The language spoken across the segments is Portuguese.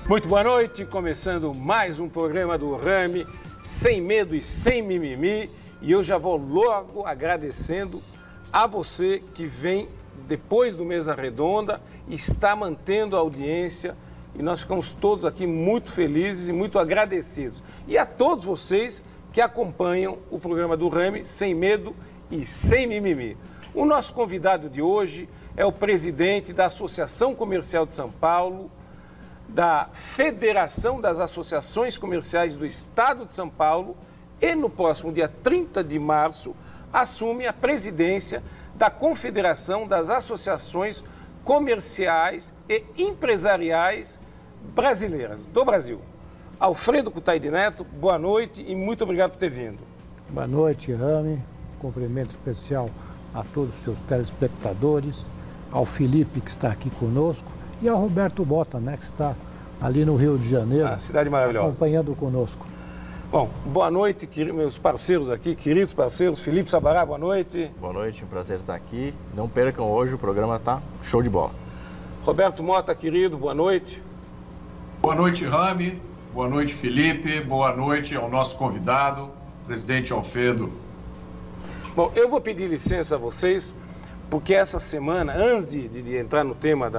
Muito boa noite, começando mais um programa do Rame, sem medo e sem mimimi. E eu já vou logo agradecendo a você que vem depois do Mesa Redonda e está mantendo a audiência. E nós ficamos todos aqui muito felizes e muito agradecidos. E a todos vocês que acompanham o programa do Rame, sem medo e sem mimimi. O nosso convidado de hoje é o presidente da Associação Comercial de São Paulo, da Federação das Associações Comerciais do Estado de São Paulo e no próximo dia 30 de março assume a presidência da Confederação das Associações Comerciais e Empresariais Brasileiras do Brasil. Alfredo Cutaide Neto, boa noite e muito obrigado por ter vindo. Boa noite, Rame. Cumprimento especial a todos os seus telespectadores, ao Felipe que está aqui conosco e ao Roberto Bota, né, que está ali no Rio de Janeiro, cidade maravilhosa, acompanhando conosco. Bom, boa noite, meus parceiros aqui, queridos parceiros. Felipe Sabará, boa noite. Boa noite, um prazer estar aqui. Não percam hoje, o programa está show de bola. Roberto Mota, querido, boa noite. Boa noite, Rame. Boa noite, Felipe. Boa noite ao nosso convidado, presidente Alfredo. Bom, eu vou pedir licença a vocês, porque essa semana, antes de entrar no tema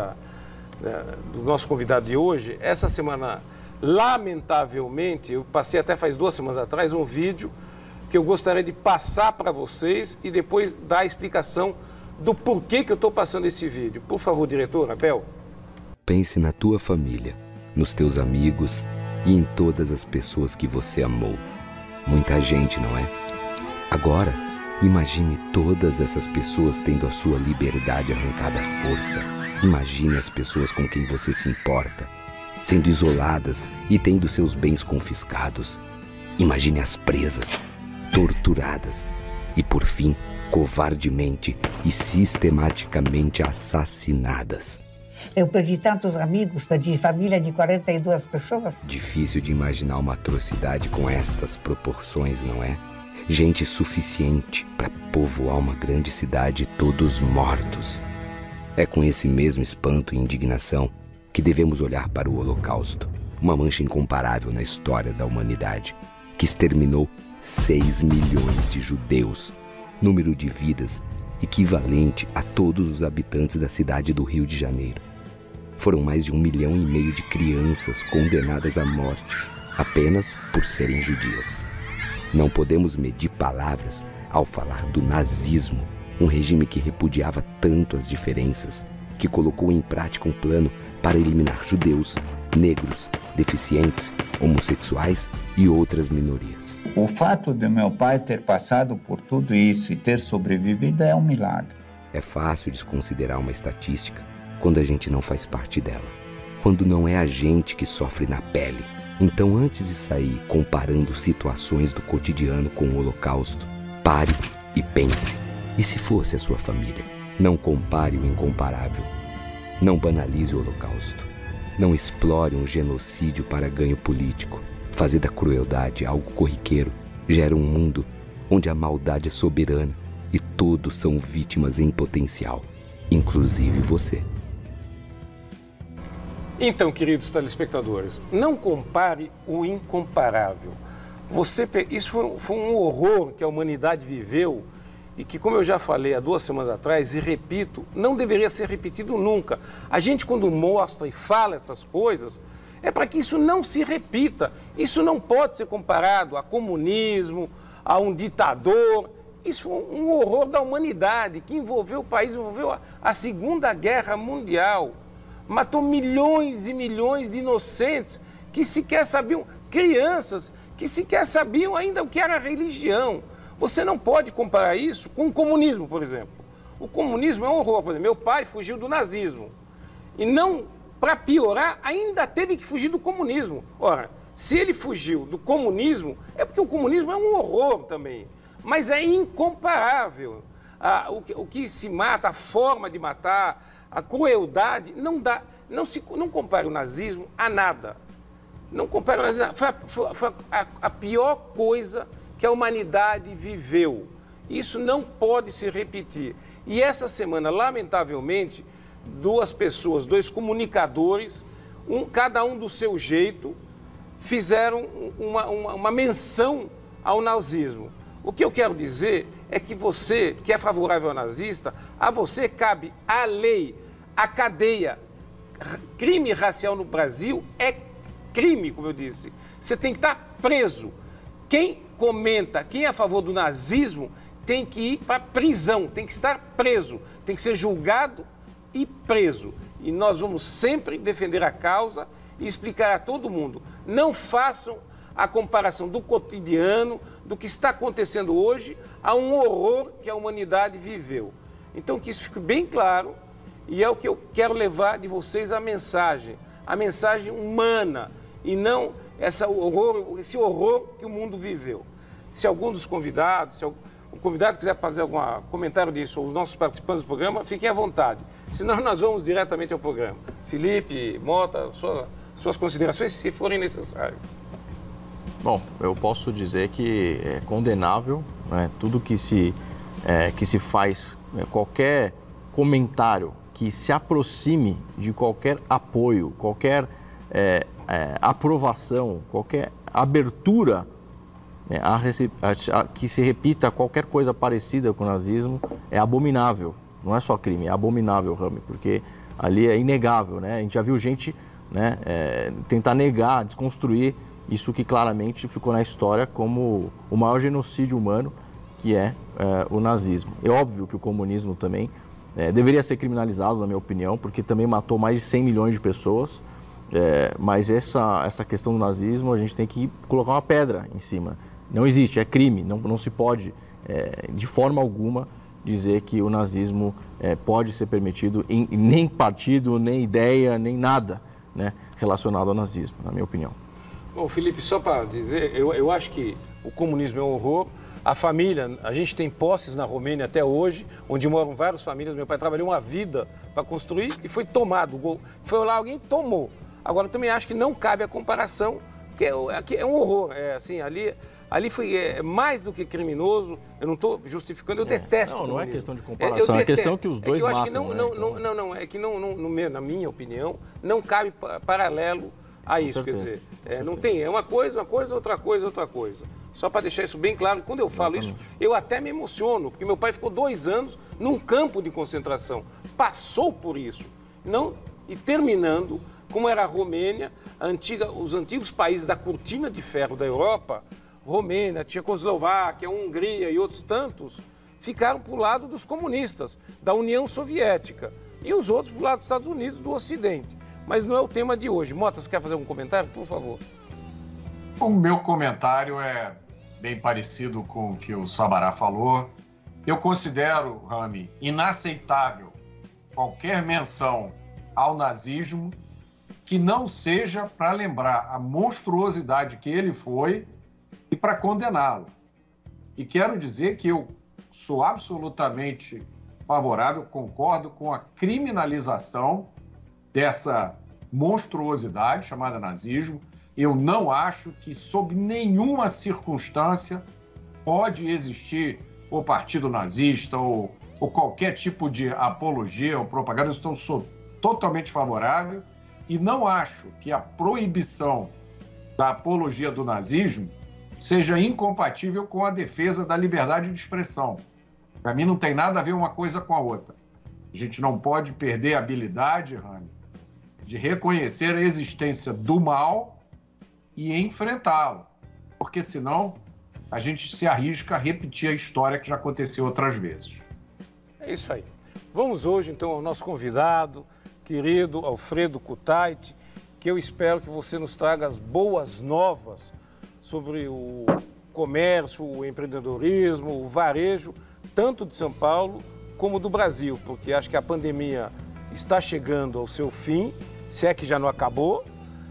do nosso convidado de hoje, essa semana, lamentavelmente, eu passei até faz 2 semanas atrás um vídeo que eu gostaria de passar para vocês e depois dar a explicação do porquê que eu estou passando esse vídeo. Por favor, diretor, Abel. Pense na tua família, nos teus amigos e em todas as pessoas que você amou. Muita gente, não é? Agora, imagine todas essas pessoas tendo a sua liberdade arrancada à força. Imagine as pessoas com quem você se importa, sendo isoladas e tendo seus bens confiscados. Imagine as presas, torturadas e, por fim, covardemente e sistematicamente assassinadas. Eu perdi tantos amigos, perdi família de 42 pessoas. Difícil de imaginar uma atrocidade com estas proporções, não é? Gente suficiente para povoar uma grande cidade, todos mortos. É com esse mesmo espanto e indignação que devemos olhar para o Holocausto, uma mancha incomparável na história da humanidade, que exterminou 6 milhões de judeus, número de vidas equivalente a todos os habitantes da cidade do Rio de Janeiro. Foram mais de 1,5 milhão de crianças condenadas à morte apenas por serem judias. Não podemos medir palavras ao falar do nazismo, um regime que repudiava tanto as diferenças, que colocou em prática um plano para eliminar judeus, negros, deficientes, homossexuais e outras minorias. O fato de meu pai ter passado por tudo isso e ter sobrevivido é um milagre. É fácil desconsiderar uma estatística quando a gente não faz parte dela, quando não é a gente que sofre na pele. Então, antes de sair comparando situações do cotidiano com o Holocausto, pare e pense. E se fosse a sua família? Não compare o incomparável. Não banalize o Holocausto. Não explore um genocídio para ganho político. Fazer da crueldade algo corriqueiro gera um mundo onde a maldade é soberana e todos são vítimas em potencial, inclusive você. Então, queridos telespectadores, não compare o incomparável. Isso foi um horror que a humanidade viveu e que, como eu já falei há 2 semanas atrás, e repito, não deveria ser repetido nunca. A gente, quando mostra e fala essas coisas, é para que isso não se repita. Isso não pode ser comparado a comunismo, a um ditador. Isso foi um horror da humanidade que envolveu o país, envolveu a Segunda Guerra Mundial. Matou milhões e milhões de inocentes que sequer sabiam, crianças que sequer sabiam ainda o que era religião. Você não pode comparar isso com o comunismo, por exemplo. O comunismo é um horror. Por exemplo, meu pai fugiu do nazismo. E não, para piorar, ainda teve que fugir do comunismo. Ora, se ele fugiu do comunismo, é porque o comunismo é um horror também. Mas é incomparável. O que se mata, a forma de matar, a crueldade, não compare o nazismo a nada. Não compare o nazismo. Foi a pior coisa que a humanidade viveu. Isso não pode se repetir. E essa semana, lamentavelmente, 2 pessoas, 2 comunicadores, cada um do seu jeito, fizeram uma menção ao nazismo. O que eu quero dizer é que você, que é favorável ao nazista, a você cabe a lei, a cadeia. Crime racial no Brasil é crime, como eu disse. Você tem que estar preso. Quem comenta, quem é a favor do nazismo, tem que ir para a prisão, tem que estar preso, tem que ser julgado e preso. E nós vamos sempre defender a causa e explicar a todo mundo. Não façam a comparação do cotidiano, do que está acontecendo hoje, a um horror que a humanidade viveu. Então, que isso fique bem claro, e é o que eu quero levar de vocês a mensagem humana, e não esse horror que o mundo viveu. Se algum dos convidados, se o convidado quiser fazer algum comentário disso, ou os nossos participantes do programa, fiquem à vontade. Senão, nós vamos diretamente ao programa. Felipe, Mota, suas considerações, se forem necessárias. Bom, eu posso dizer que é condenável, né, tudo que se faz, qualquer comentário que se aproxime de qualquer apoio, qualquer aprovação, qualquer abertura, que se repita qualquer coisa parecida com o nazismo, é abominável. Não é só crime, é abominável, Rami, porque ali é inegável, né? A gente já viu gente, né, tentar negar, desconstruir isso que claramente ficou na história como o maior genocídio humano, que é o nazismo. É óbvio que o comunismo também deveria ser criminalizado, na minha opinião, porque também matou mais de 100 milhões de pessoas, mas essa questão do nazismo a gente tem que colocar uma pedra em cima. Não existe, é crime, não se pode, de forma alguma, dizer que o nazismo pode ser permitido em nem partido, nem ideia, nem nada, né, relacionado ao nazismo, na minha opinião. Bom, Felipe, só para dizer, eu acho que o comunismo é um horror. A família, a gente tem posses na Romênia até hoje, onde moram várias famílias. Meu pai trabalhou uma vida para construir e foi tomado. Foi lá, alguém tomou. Agora, eu também acho que não cabe a comparação, porque é um horror. Assim, ali foi mais do que criminoso. Eu não estou justificando, eu detesto. Não é questão de comparação, é questão que os dois matam. Eu acho que na minha opinião, não cabe paralelo a isso, quer dizer, não tem, é uma coisa, outra coisa. Só para deixar isso bem claro, quando eu falo isso, eu até me emociono, porque meu pai ficou 2 anos num campo de concentração, passou por isso, e terminando, como era a Romênia, os antigos países da cortina de ferro da Europa, Romênia, Tchecoslováquia, Hungria e outros tantos, ficaram para o lado dos comunistas, da União Soviética, e os outros para o lado dos Estados Unidos, do Ocidente. Mas não é o tema de hoje. Mota, você quer fazer um comentário? Por favor. O meu comentário é bem parecido com o que o Sabará falou. Eu considero, Rami, inaceitável qualquer menção ao nazismo que não seja para lembrar a monstruosidade que ele foi e para condená-lo. E quero dizer que eu sou absolutamente favorável, concordo com a criminalização dessa monstruosidade chamada nazismo. Eu não acho que, sob nenhuma circunstância, pode existir o partido nazista ou qualquer tipo de apologia ou propaganda. Eu sou totalmente favorável e não acho que a proibição da apologia do nazismo seja incompatível com a defesa da liberdade de expressão. Para mim não tem nada a ver uma coisa com a outra. A gente não pode perder a habilidade, Rami, de reconhecer a existência do mal e enfrentá-lo, porque senão a gente se arrisca a repetir a história que já aconteceu outras vezes. É isso aí. Vamos hoje, então, ao nosso convidado, querido Alfredo Kutait, que eu espero que você nos traga as boas novas sobre o comércio, o empreendedorismo, o varejo, tanto de São Paulo como do Brasil, porque acho que a pandemia está chegando ao seu fim, se é que já não acabou.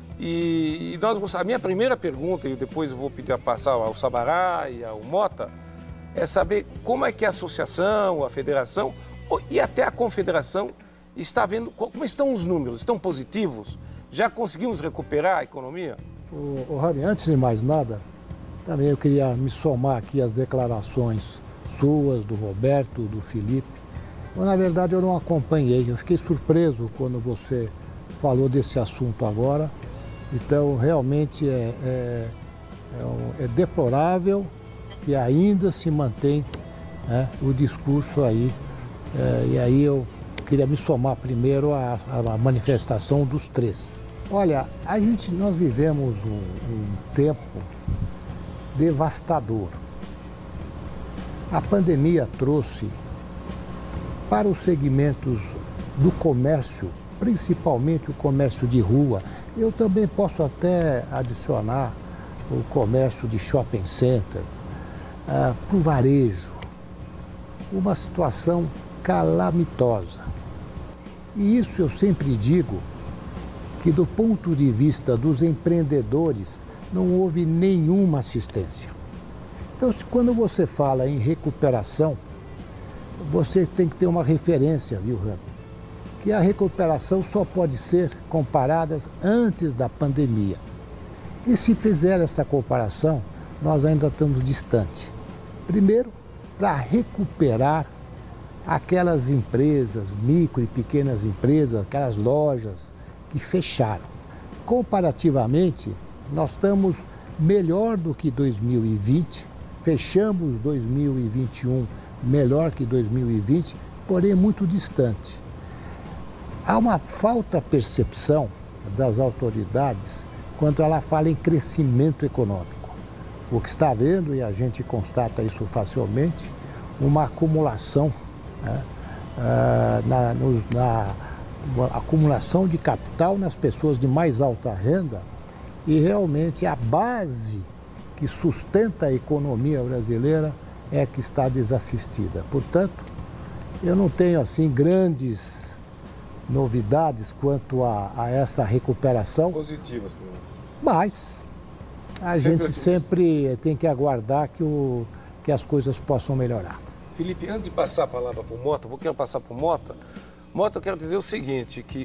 E a minha primeira pergunta, e depois eu vou pedir a passar ao Sabará e ao Mota, é saber como é que a associação, a federação e até a confederação está vendo, como estão os números, estão positivos? Já conseguimos recuperar a economia? Rami, antes de mais nada, também eu queria me somar aqui às declarações suas, do Roberto, do Felipe. Na verdade, eu não acompanhei, eu fiquei surpreso quando você falou desse assunto agora. Então, realmente é deplorável que ainda se mantém, né, o discurso aí. E aí eu queria me somar primeiro à manifestação dos três. Olha, nós vivemos um tempo devastador. A pandemia trouxe para os segmentos do comércio, principalmente o comércio de rua, eu também posso até adicionar o comércio de shopping center, para o varejo, uma situação calamitosa. E isso eu sempre digo que do ponto de vista dos empreendedores não houve nenhuma assistência. Então, quando você fala em recuperação, você tem que ter uma referência, viu, Rami? Que a recuperação só pode ser comparada antes da pandemia. E se fizer essa comparação, nós ainda estamos distantes. Primeiro, para recuperar aquelas empresas, micro e pequenas empresas, aquelas lojas que fecharam. Comparativamente, nós estamos melhor do que 2020, fechamos 2021 melhor que 2020, porém muito distante. Há uma falta de percepção das autoridades quando ela fala em crescimento econômico. O que está havendo, e a gente constata isso facilmente, uma acumulação, né, uma acumulação de capital nas pessoas de mais alta renda, e realmente a base que sustenta a economia brasileira é que está desassistida. Portanto, eu não tenho assim grandes novidades quanto a essa recuperação. Positivas, pelo menos. Mas a gente sempre tem que aguardar que as coisas possam melhorar. Felipe, antes de passar a palavra para o Mota, eu quero passar para o Mota. Mota, eu quero dizer o seguinte, que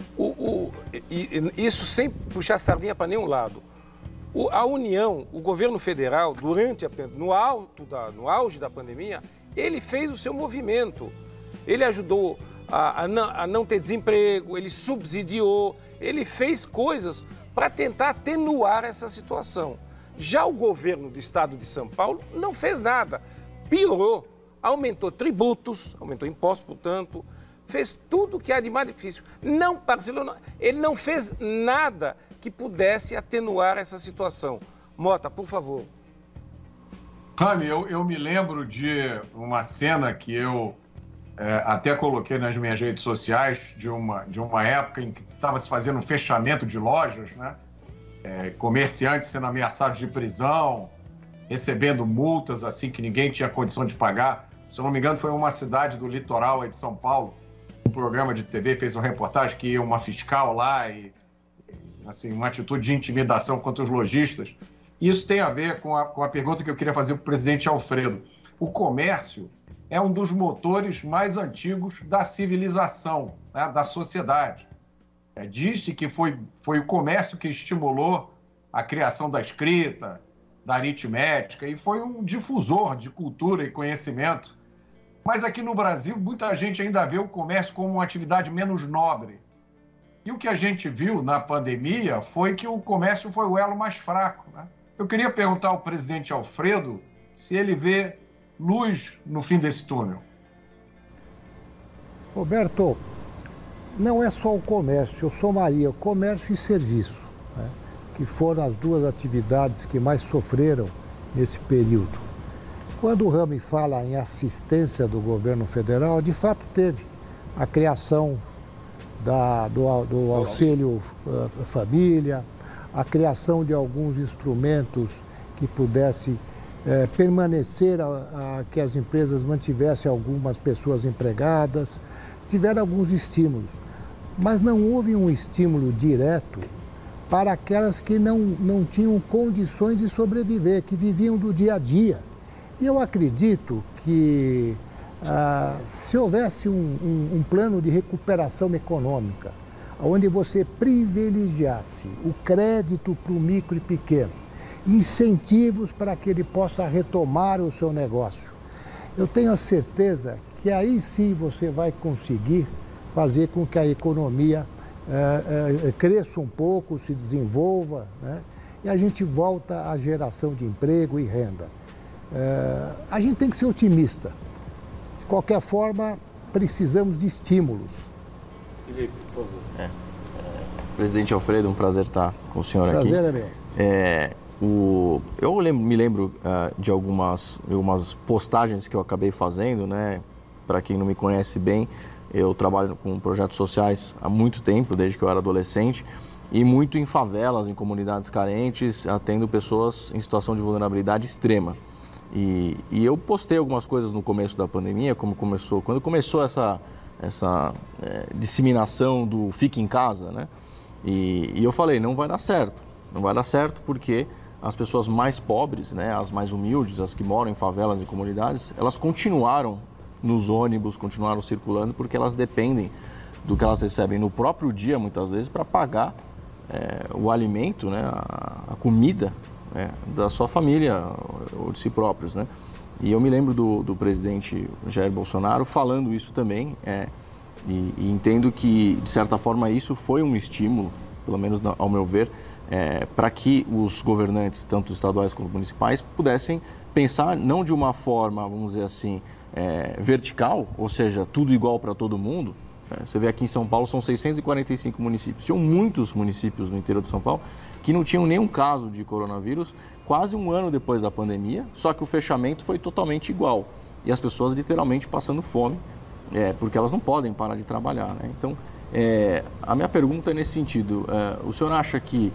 isso sem puxar sardinha para nenhum lado. A União, o governo federal, no auge da pandemia, ele fez o seu movimento. Ele ajudou a não ter desemprego, ele subsidiou, ele fez coisas para tentar atenuar essa situação. Já o governo do estado de São Paulo não fez nada, piorou, aumentou tributos, aumentou impostos, portanto, fez tudo que há de mais difícil. Não parcelou, ele não fez nada que pudesse atenuar essa situação. Mota, por favor. Rami, eu me lembro de uma cena que eu até coloquei nas minhas redes sociais, de uma época em que estava se fazendo um fechamento de lojas, né? Comerciantes sendo ameaçados de prisão, recebendo multas assim que ninguém tinha condição de pagar. Se eu não me engano, foi uma cidade do litoral aí de São Paulo. Um programa de TV fez uma reportagem que ia uma fiscal lá e assim, uma atitude de intimidação contra os lojistas. Isso tem a ver com a pergunta que eu queria fazer para o presidente Alfredo. O comércio é um dos motores mais antigos da civilização, né, da sociedade. Diz-se que foi o comércio que estimulou a criação da escrita, da aritmética, e foi um difusor de cultura e conhecimento. Mas aqui no Brasil, muita gente ainda vê o comércio como uma atividade menos nobre. E o que a gente viu na pandemia foi que o comércio foi o elo mais fraco, né? Eu queria perguntar ao presidente Alfredo se ele vê luz no fim desse túnel. Roberto, não é só o comércio, eu somaria o comércio e serviço, né, que foram as duas atividades que mais sofreram nesse período. Quando o Rami fala em assistência do governo federal, de fato teve a criação do auxílio família, a criação de alguns instrumentos que pudesse permanecer, que as empresas mantivessem algumas pessoas empregadas, tiveram alguns estímulos. Mas não houve um estímulo direto para aquelas que não tinham condições de sobreviver, que viviam do dia a dia. E eu acredito que se houvesse um plano de recuperação econômica, onde você privilegiasse o crédito para o micro e pequeno, incentivos para que ele possa retomar o seu negócio, eu tenho a certeza que aí sim você vai conseguir fazer com que a economia cresça um pouco, se desenvolva, né? E a gente volta à geração de emprego e renda. A gente tem que ser otimista. De qualquer forma, precisamos de estímulos. Felipe, por favor. Presidente Alfredo, um prazer estar com o senhor aqui. Prazer é meu. Eu me lembro de algumas postagens que eu acabei fazendo, né? Para quem não me conhece bem, eu trabalho com projetos sociais há muito tempo, desde que eu era adolescente, e muito em favelas, em comunidades carentes, atendo pessoas em situação de vulnerabilidade extrema. E eu postei algumas coisas no começo da pandemia, quando começou essa disseminação do fique em casa, né? E eu falei, não vai dar certo. Não vai dar certo porque as pessoas mais pobres, né, as mais humildes, as que moram em favelas e comunidades, elas continuaram nos ônibus, continuaram circulando porque elas dependem do que elas recebem no próprio dia, muitas vezes, para pagar o alimento, né, a comida da sua família ou de si próprios, né? E eu me lembro do presidente Jair Bolsonaro falando isso também, e entendo que, de certa forma, isso foi um estímulo, pelo menos ao meu ver, para que os governantes, tanto estaduais quanto municipais, pudessem pensar não de uma forma, vamos dizer assim, vertical, ou seja, tudo igual para todo mundo. Você vê aqui em São Paulo, são 645 municípios. Tinham muitos municípios no interior de São Paulo que não tinham nenhum caso de coronavírus quase um ano depois da pandemia, só que o fechamento foi totalmente igual. E as pessoas literalmente passando fome, porque elas não podem parar de trabalhar, né? Então, a minha pergunta é nesse sentido. O senhor acha que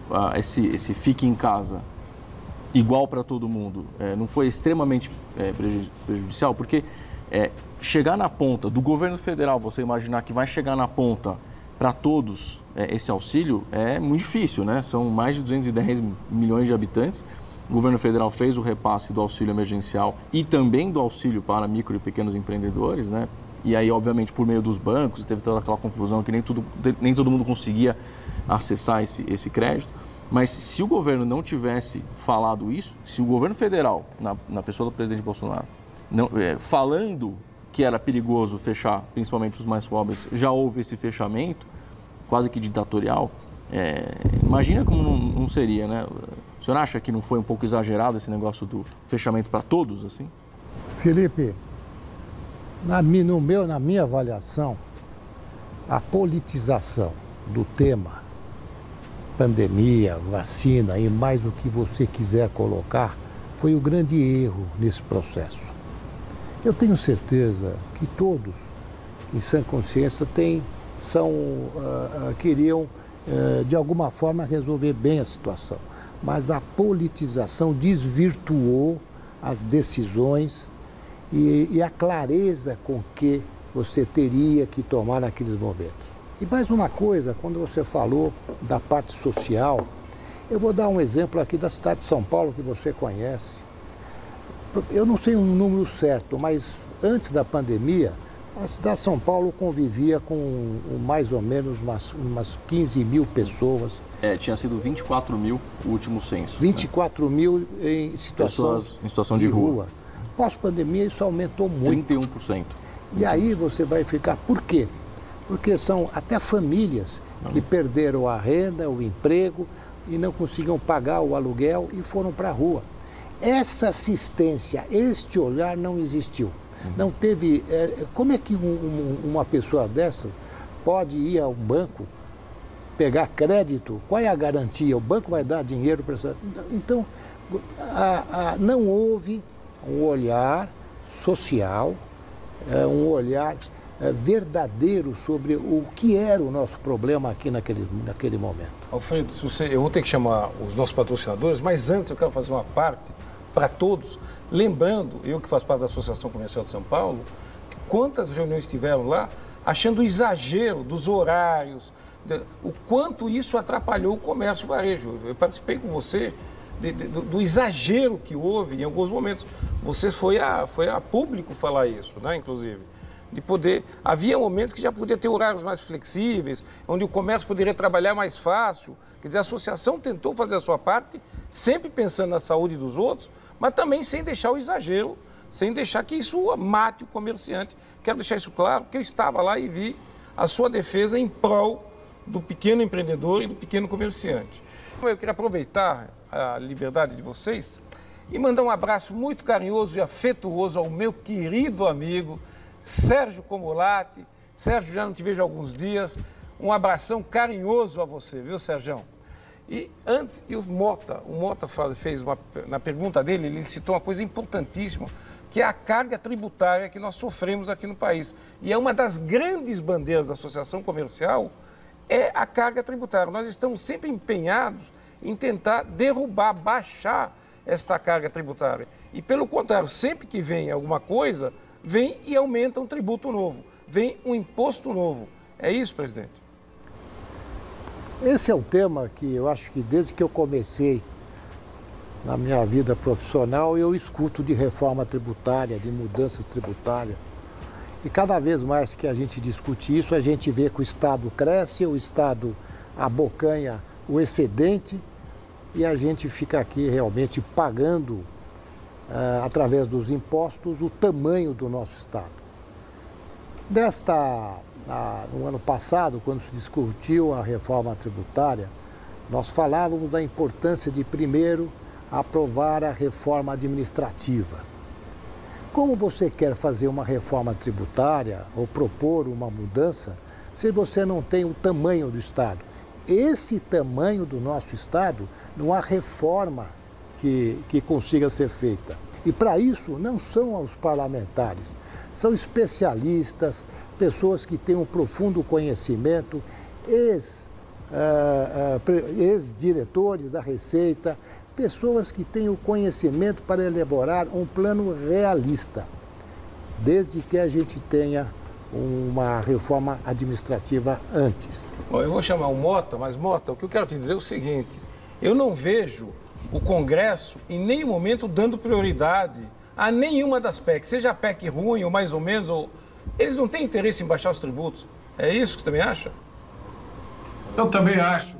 esse fique em casa igual para todo mundo não foi extremamente prejudicial? Porque chegar na ponta do governo federal, você imaginar que vai chegar na ponta para todos esse auxílio é muito difícil, né? São mais de 210 milhões de habitantes. O governo federal fez o repasse do auxílio emergencial e também do auxílio para micro e pequenos empreendedores, né? E aí, obviamente, por meio dos bancos, teve toda aquela confusão que nem todo mundo conseguia acessar esse crédito. Mas se o governo não tivesse falado isso, se o governo federal, na pessoa do presidente Bolsonaro, falando que era perigoso fechar, principalmente os mais pobres, já houve esse fechamento, quase que ditatorial, imagina como não seria, né? O senhor acha que não foi um pouco exagerado esse negócio do fechamento para todos, assim? Felipe, na minha avaliação, a politização do tema pandemia, vacina e mais o que você quiser colocar, foi o grande erro nesse processo. Eu tenho certeza que todos, em sã consciência, queriam, de alguma forma, resolver bem a situação. Mas a politização desvirtuou as decisões e a clareza com que você teria que tomar naqueles momentos. E mais uma coisa, quando você falou da parte social, eu vou dar um exemplo aqui da cidade de São Paulo, que você conhece. Eu não sei um número certo, mas antes da pandemia, a cidade de São Paulo convivia com mais ou menos umas 15 mil pessoas. Tinha sido 24 mil o último censo. 24 mil em situação de rua. Pós-pandemia, isso aumentou muito. 31%. E aí você vai ficar... Por quê? Porque são até famílias que perderam a renda, o emprego e não conseguiam pagar o aluguel e foram para a rua. Essa assistência, este olhar não existiu. Não teve... como é que uma pessoa dessa pode ir ao banco, pegar crédito? Qual é a garantia? O banco vai dar dinheiro para essa... Então, não houve um olhar social, um olhar verdadeiro sobre o que era o nosso problema aqui naquele momento. Alfredo, eu vou ter que chamar os nossos patrocinadores, mas antes eu quero fazer uma parte para todos, lembrando, eu que faço parte da Associação Comercial de São Paulo, quantas reuniões tiveram lá, achando o exagero dos horários, o quanto isso atrapalhou o comércio varejo. Eu participei com você do exagero que houve em alguns momentos. Você foi a público falar isso, né, inclusive. De poder... Havia momentos que já podia ter horários mais flexíveis, onde o comércio poderia trabalhar mais fácil. Quer dizer, a associação tentou fazer a sua parte, sempre pensando na saúde dos outros, mas também sem deixar o exagero, sem deixar que isso mate o comerciante. Quero deixar isso claro, porque eu estava lá e vi a sua defesa em prol do pequeno empreendedor e do pequeno comerciante. Eu queria aproveitar a liberdade de vocês e mandar um abraço muito carinhoso e afetuoso ao meu querido amigo Sérgio Comolatti. Sérgio, já não te vejo há alguns dias. Um abração carinhoso a você, viu, Sérgio? E antes, o Mota fez na pergunta dele, ele citou uma coisa importantíssima, que é a carga tributária que nós sofremos aqui no país. E é uma das grandes bandeiras da Associação Comercial, é a carga tributária. Nós estamos sempre empenhados em tentar derrubar, baixar esta carga tributária. E, pelo contrário, sempre que vem alguma coisa, vem e aumenta um tributo novo, vem um imposto novo. É isso, presidente? Esse é um tema que eu acho que desde que eu comecei na minha vida profissional, eu escuto de reforma tributária, de mudanças tributárias. E cada vez mais que a gente discute isso, a gente vê que o Estado cresce, o Estado abocanha o excedente e a gente fica aqui realmente pagando, através dos impostos, o tamanho do nosso Estado. No ano passado, quando se discutiu a reforma tributária, nós falávamos da importância de, primeiro, aprovar a reforma administrativa. Como você quer fazer uma reforma tributária ou propor uma mudança se você não tem o tamanho do Estado? Esse tamanho do nosso Estado, não há reforma que consiga ser feita. E para isso não são os parlamentares, são especialistas, pessoas que têm um profundo conhecimento, ex-diretores da Receita, pessoas que têm o conhecimento para elaborar um plano realista, desde que a gente tenha uma reforma administrativa antes. Bom, eu vou chamar o Mota, mas Mota, o que eu quero te dizer é o seguinte, eu não vejo o Congresso em nenhum momento dando prioridade a nenhuma das PECs, seja a PEC ruim ou mais ou menos, eles não têm interesse em baixar os tributos. É isso que você também acha? Eu também acho.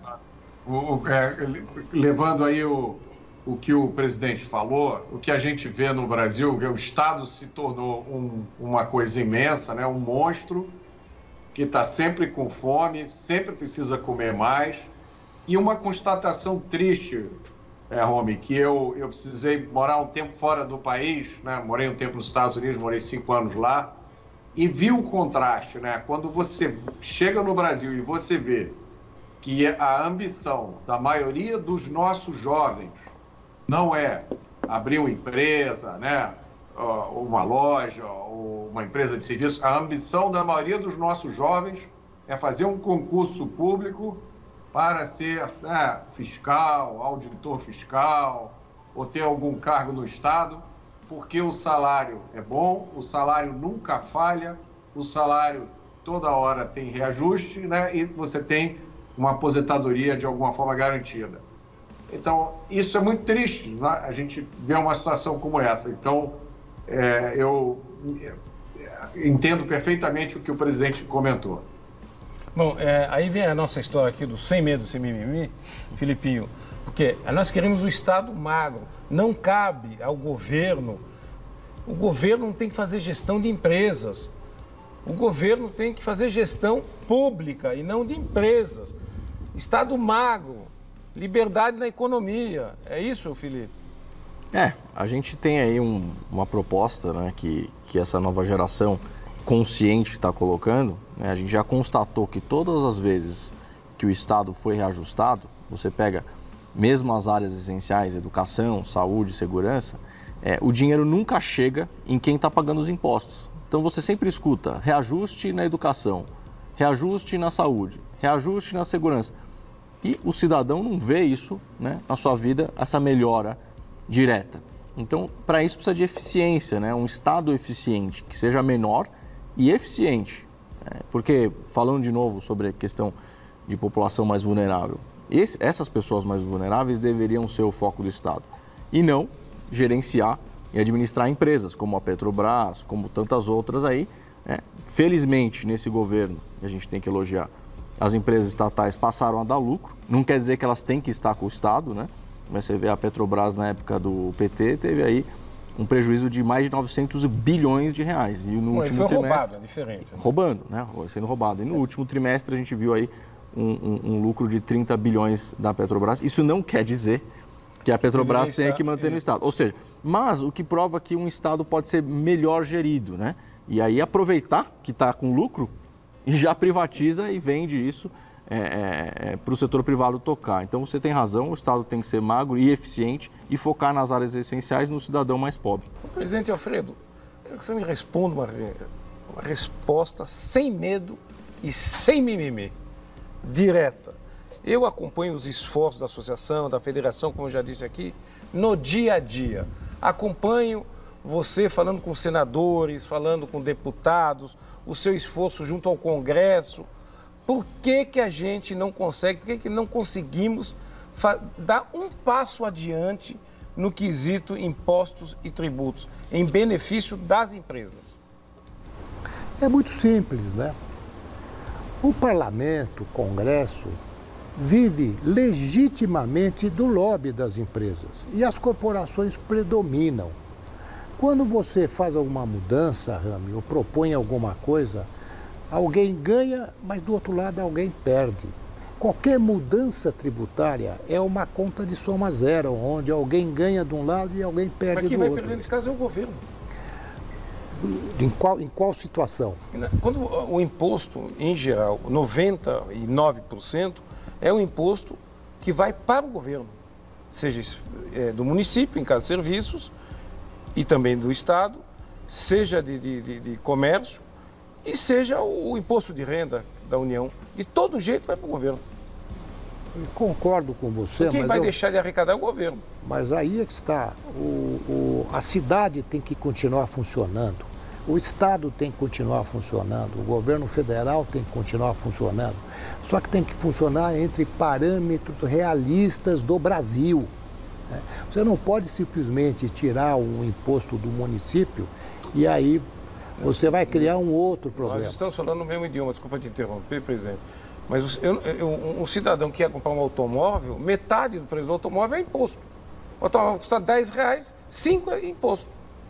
Levando aí o que o presidente falou, o que a gente vê no Brasil, que o Estado se tornou uma coisa imensa, né? Um monstro que está sempre com fome, sempre precisa comer mais. E uma constatação triste, Romy, que eu precisei morar um tempo fora do país, né? Morei um tempo nos Estados Unidos, morei 5 anos lá, e vi o contraste, né? Quando você chega no Brasil e você vê que a ambição da maioria dos nossos jovens não é abrir uma empresa, né? Uma loja, ou uma empresa de serviço. A ambição da maioria dos nossos jovens é fazer um concurso público para ser, né, fiscal, auditor fiscal, ou ter algum cargo no Estado, porque o salário é bom, o salário nunca falha, o salário toda hora tem reajuste, né? E você tem uma aposentadoria de alguma forma garantida. Então, isso é muito triste, né? A gente vê uma situação como essa. Então, eu entendo perfeitamente o que o presidente comentou. Bom, aí vem a nossa história aqui do sem medo, sem mimimi, Filipinho, porque nós queremos o Estado magro, não cabe ao governo, o governo não tem que fazer gestão de empresas, o governo tem que fazer gestão pública e não de empresas. Estado magro, liberdade na economia, é isso, Felipe? A gente tem aí uma proposta, né, que essa nova geração consciente está colocando, né? A gente já constatou que todas as vezes que o Estado foi reajustado, você pega mesmo as áreas essenciais, educação, saúde, segurança, o dinheiro nunca chega em quem está pagando os impostos. Então você sempre escuta reajuste na educação, reajuste na saúde, reajuste na segurança. E o cidadão não vê isso, né, na sua vida, essa melhora direta. Então, para isso precisa de eficiência, né? Um Estado eficiente, que seja menor e eficiente. Porque, falando de novo sobre a questão de população mais vulnerável, essas pessoas mais vulneráveis deveriam ser o foco do Estado. E não gerenciar e administrar empresas, como a Petrobras, como tantas outras aí. Felizmente, nesse governo, a gente tem que elogiar, as empresas estatais passaram a dar lucro. Não quer dizer que elas têm que estar com o Estado, né? Mas você vê a Petrobras na época do PT, teve aí um prejuízo de mais de 900 bilhões de reais. E no último foi trimestre, roubado, é diferente. Né? Roubando, né? Sendo roubado. E no último trimestre a gente viu aí um lucro de 30 bilhões da Petrobras. Isso não quer dizer que a Petrobras tenha que manter no Estado. Ou seja, mas o que prova que um Estado pode ser melhor gerido, né? E aí aproveitar que está com lucro e já privatiza e vende isso para o setor privado tocar. Então você tem razão, o Estado tem que ser magro e eficiente e focar nas áreas essenciais no cidadão mais pobre. Presidente Alfredo, eu quero que você me responda uma resposta sem medo e sem mimimi, direta. Eu acompanho os esforços da associação, da federação, como eu já disse aqui, no dia a dia. Acompanho você falando com senadores, falando com deputados, o seu esforço junto ao Congresso. Por que que a gente não consegue, por que que não conseguimos dar um passo adiante no quesito impostos e tributos, em benefício das empresas? É muito simples, né? O parlamento, o Congresso, vive legitimamente do lobby das empresas e as corporações predominam. Quando você faz alguma mudança, Rami, ou propõe alguma coisa, alguém ganha, mas do outro lado alguém perde. Qualquer mudança tributária é uma conta de soma zero, onde alguém ganha de um lado e alguém perde do outro. Mas quem vai perder nesse caso é o governo. Em qual situação? Quando o imposto, em geral, 99%, é um imposto que vai para o governo, seja do município, em caso de serviços, e também do Estado, seja de comércio, e seja o imposto de renda da União. De todo jeito vai para o governo. Eu concordo com você, Quem vai deixar de arrecadar é o governo. Mas aí é que está. A cidade tem que continuar funcionando. O Estado tem que continuar funcionando. O governo federal tem que continuar funcionando. Só que tem que funcionar entre parâmetros realistas do Brasil. Você não pode simplesmente tirar um imposto do município e aí você vai criar um outro problema. Nós estamos falando no mesmo idioma, desculpa te interromper, presidente. Mas um cidadão que quer comprar um automóvel, metade do preço do automóvel é imposto. O automóvel custa R$10, 5 é imposto.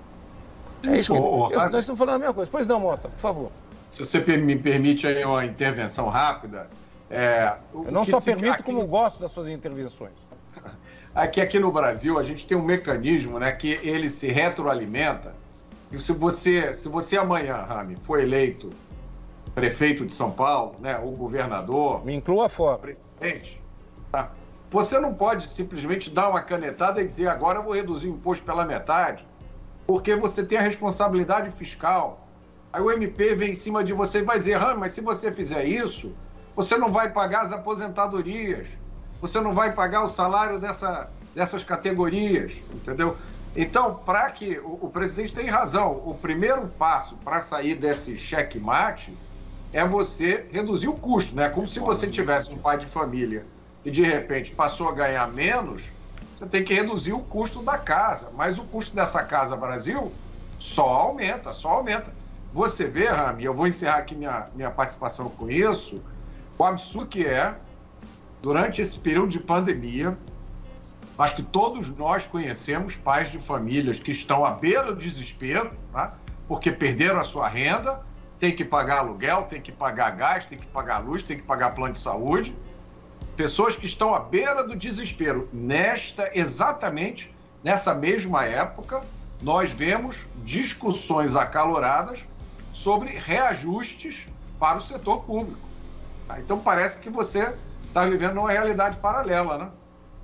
É isso que nós estamos falando a mesma coisa. Pois não, Mota, por favor. Se você me permite aí uma intervenção rápida. Eu não só permito, como gosto das suas intervenções. Aqui no Brasil, a gente tem um mecanismo, né, que ele se retroalimenta. E se você amanhã, Rami, for eleito prefeito de São Paulo, né, ou governador... Me inclua fora. Presidente, tá? Você não pode simplesmente dar uma canetada e dizer agora eu vou reduzir o imposto pela metade, porque você tem a responsabilidade fiscal. Aí o MP vem em cima de você e vai dizer, Rami, mas se você fizer isso, você não vai pagar as aposentadorias, você não vai pagar o salário dessas categorias, entendeu? Então, para que o presidente tem razão, o primeiro passo para sair desse checkmate é você reduzir o custo, né? Como se você tivesse um pai de família e de repente passou a ganhar menos, você tem que reduzir o custo da casa. Mas o custo dessa Casa Brasil só aumenta, só aumenta. Você vê, Rami, eu vou encerrar aqui minha participação com isso, o absurdo que é, durante esse período de pandemia, acho que todos nós conhecemos pais de famílias que estão à beira do desespero, tá? Porque perderam a sua renda, tem que pagar aluguel, tem que pagar gás, tem que pagar luz, tem que pagar plano de saúde. Pessoas que estão à beira do desespero. Exatamente nessa mesma época, nós vemos discussões acaloradas sobre reajustes para o setor público. Tá? Então parece que você está vivendo uma realidade paralela, né?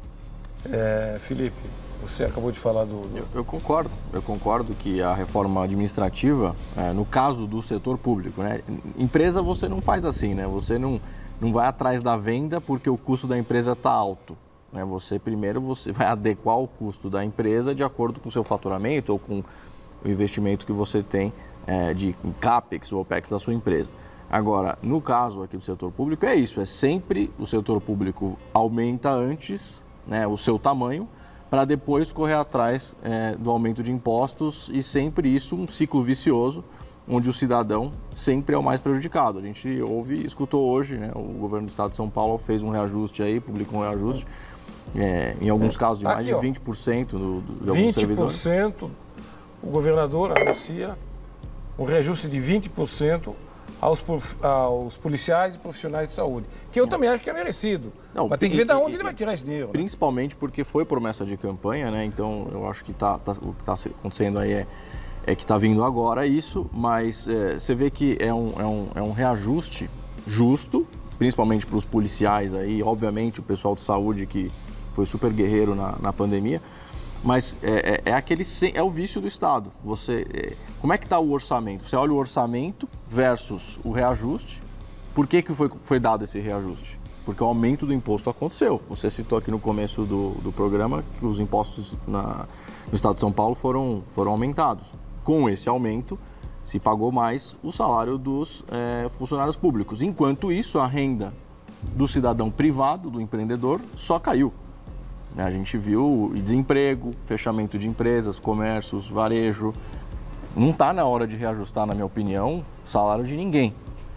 Felipe, você acabou de falar Eu concordo que a reforma administrativa, no caso do setor público, né? Empresa você não faz assim, né? Você não vai atrás da venda porque o custo da empresa está alto, né? Você vai adequar o custo da empresa de acordo com o seu faturamento ou com o investimento que você tem de CAPEX ou OPEX da sua empresa. Agora, no caso aqui do setor público é isso, é sempre o setor público aumenta antes, né, o seu tamanho, para depois correr atrás do aumento de impostos e sempre isso um ciclo vicioso, onde o cidadão sempre é o mais prejudicado. A gente escutou hoje, né, o governo do estado de São Paulo fez um reajuste aí, publicou um reajuste, em alguns casos de mais de 20% de alguns servidores. 20%, o governador anuncia um reajuste de 20% aos policiais e profissionais de saúde, que eu também acho que é merecido. Não, mas tem que ver de onde ele vai tirar esse dinheiro. Principalmente porque foi promessa de campanha, né? Então eu acho que o que está acontecendo aí é que está vindo agora isso, mas você vê que é um reajuste justo, principalmente para os policiais aí, obviamente o pessoal de saúde que foi super guerreiro na pandemia, mas é o vício do Estado. Como é que está o orçamento? Você olha o orçamento versus o reajuste. Por que foi dado esse reajuste? Porque o aumento do imposto aconteceu. Você citou aqui no começo do programa que os impostos no Estado de São Paulo foram aumentados. Com esse aumento, se pagou mais o salário dos funcionários públicos. Enquanto isso, a renda do cidadão privado, do empreendedor, só caiu. A gente viu desemprego, fechamento de empresas, comércios, varejo. Não está na hora de reajustar, na minha opinião, o salário de ninguém.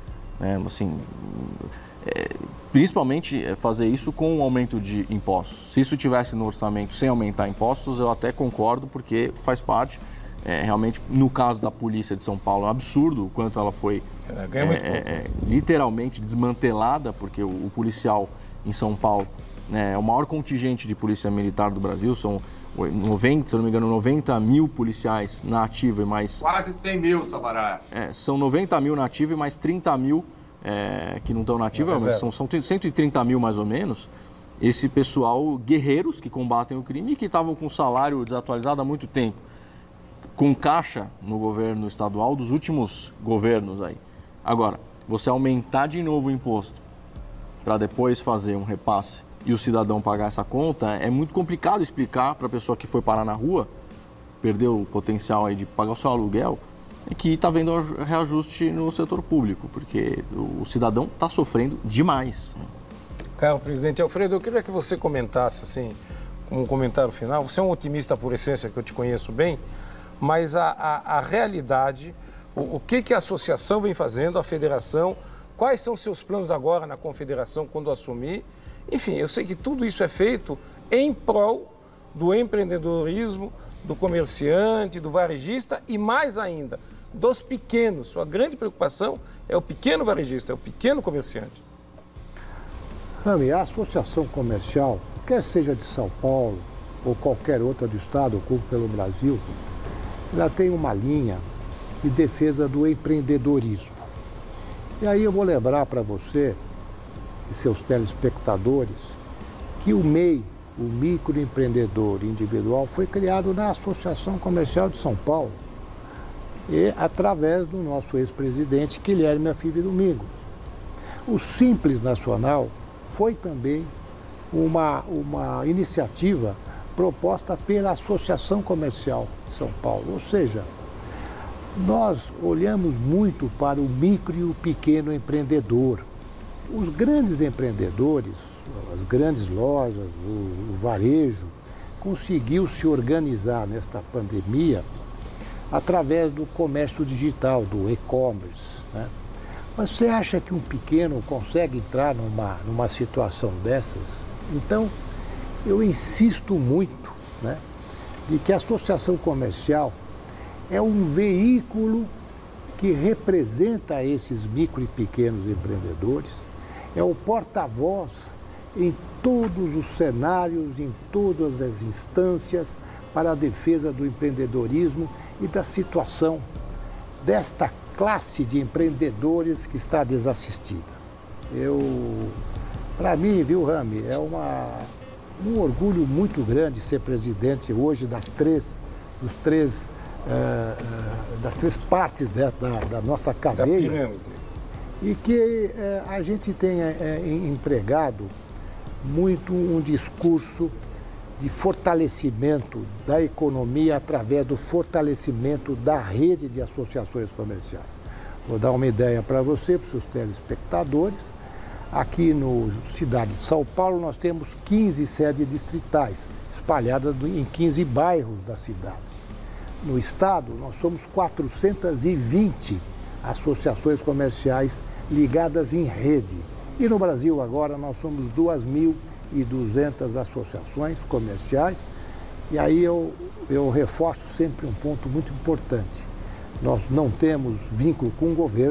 Principalmente fazer isso com um aumento de impostos. Se isso tivesse no orçamento sem aumentar impostos, eu até concordo, porque faz parte. Realmente, no caso da Polícia de São Paulo, é um absurdo o quanto ela foi literalmente desmantelada, porque o policial em São Paulo é o maior contingente de polícia militar do Brasil, são 90, se eu não me engano, 90 mil policiais na ativa e mais... Quase 100 mil, Sabará. São 90 mil na ativa e mais 30 mil que não estão na ativa, mas são 130 mil mais ou menos. Esse pessoal, guerreiros que combatem o crime e que estavam com salário desatualizado há muito tempo, com caixa no governo estadual dos últimos governos aí. Agora, você aumentar de novo o imposto para depois fazer um repasse e o cidadão pagar essa conta, é muito complicado explicar para a pessoa que foi parar na rua, perdeu o potencial aí de pagar o seu aluguel, e que está vendo reajuste no setor público, porque o cidadão está sofrendo demais. Caro presidente Alfredo, eu queria que você comentasse, assim, como um comentário final. Você é um otimista por essência, que eu te conheço bem, mas a realidade, o que a associação vem fazendo, a federação, quais são os seus planos agora na confederação quando assumir? Enfim, eu sei que tudo isso é feito em prol do empreendedorismo, do comerciante, do varejista e, mais ainda, dos pequenos. Sua grande preocupação é o pequeno varejista, é o pequeno comerciante. Rami, a associação comercial, quer seja de São Paulo ou qualquer outra do estado ou pelo Brasil, ela tem uma linha de defesa do empreendedorismo. E aí eu vou lembrar para você e seus telespectadores que o MEI, o microempreendedor individual, foi criado na Associação Comercial de São Paulo e através do nosso ex-presidente Guilherme Afif Domingo. O Simples Nacional foi também uma iniciativa proposta pela Associação Comercial de São Paulo, ou seja, nós olhamos muito para o micro e o pequeno empreendedor. Os grandes empreendedores, as grandes lojas, o varejo, conseguiu se organizar nesta pandemia através do comércio digital, do e-commerce, né? Mas você acha que um pequeno consegue entrar numa situação dessas? Então, eu insisto muito, né, de que a associação comercial é um veículo que representa esses micro e pequenos empreendedores, é o porta-voz em todos os cenários, em todas as instâncias para a defesa do empreendedorismo e da situação desta classe de empreendedores que está desassistida. Para mim, viu, Rami, é um orgulho muito grande ser presidente hoje das três partes da nossa cadeia. E que a gente tenha empregado muito um discurso de fortalecimento da economia através do fortalecimento da rede de associações comerciais. Vou dar uma ideia para você, para os seus telespectadores. Aqui no cidade de São Paulo nós temos 15 sedes distritais, espalhadas em 15 bairros da cidade. No estado nós somos 420 associações comerciais ligadas em rede. E no Brasil agora nós somos 2.200 associações comerciais. E aí eu reforço sempre um ponto muito importante. Nós não temos vínculo com o governo,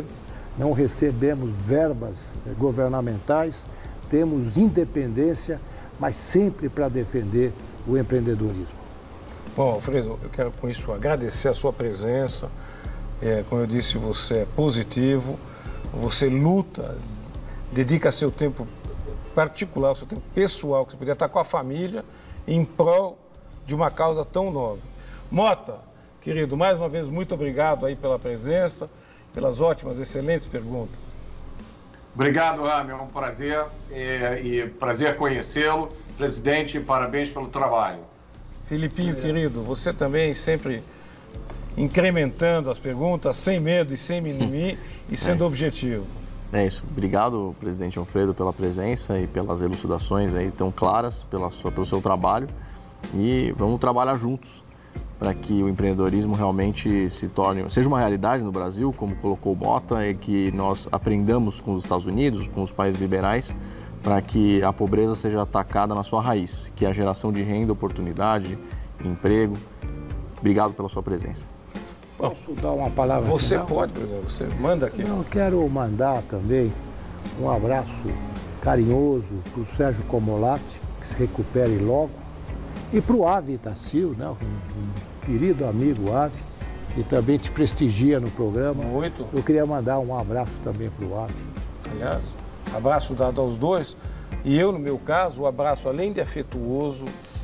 não recebemos verbas governamentais, temos independência, mas sempre para defender o empreendedorismo. Bom, Alfredo, eu quero com isso agradecer a sua presença. Como eu disse, você é positivo, você luta, dedica seu tempo particular, seu tempo pessoal, que você podia estar com a família, em prol de uma causa tão nobre. Mota, querido, mais uma vez, muito obrigado aí pela presença, pelas ótimas, excelentes perguntas. Obrigado, Rami, é um prazer e prazer conhecê-lo. Presidente, parabéns pelo trabalho. Felipinho, querido, você também sempre incrementando as perguntas, sem medo e sem mimimi e sendo objetivo. É isso. Obrigado, presidente Alfredo, pela presença e pelas elucidações aí tão claras, pelo seu trabalho. E vamos trabalhar juntos para que o empreendedorismo realmente seja uma realidade no Brasil, como colocou o Mota, e que nós aprendamos com os Estados Unidos, com os países liberais, para que a pobreza seja atacada na sua raiz, que é a geração de renda, oportunidade, emprego. Obrigado pela sua presença. Posso dar uma palavra Você final? pode, presidente, você manda aqui. Eu quero mandar também um abraço carinhoso para o Sérgio Comolatti, que se recupere logo, e para o Avi Tacil, né, um querido amigo Avi, que também te prestigia no programa. Muito. Eu queria mandar um abraço também para o Avi. Aliás, abraço dado aos dois. E eu, no meu caso, o abraço, além de afetuoso,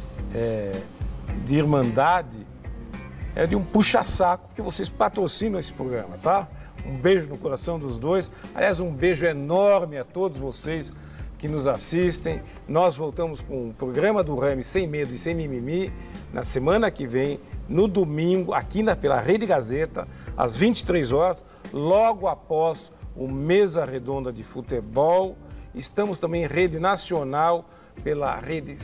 de irmandade, é de um puxa-saco, porque vocês patrocinam esse programa, tá? Um beijo no coração dos dois. Aliás, um beijo enorme a todos vocês que nos assistem. Nós voltamos com o programa do Rami Sem Medo e Sem Mimimi na semana que vem, no domingo, aqui pela Rede Gazeta, às 23 horas, logo após o Mesa Redonda de Futebol. Estamos também em rede nacional pela rede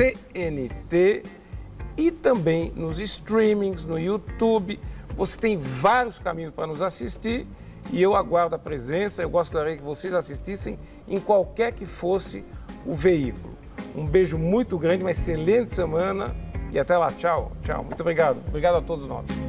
CNT e também nos streamings, no YouTube. Você tem vários caminhos para nos assistir e eu aguardo a presença. Eu gostaria que vocês assistissem em qualquer que fosse o veículo. Um beijo muito grande, uma excelente semana e até lá. Tchau, tchau. Muito obrigado. Obrigado a todos nós.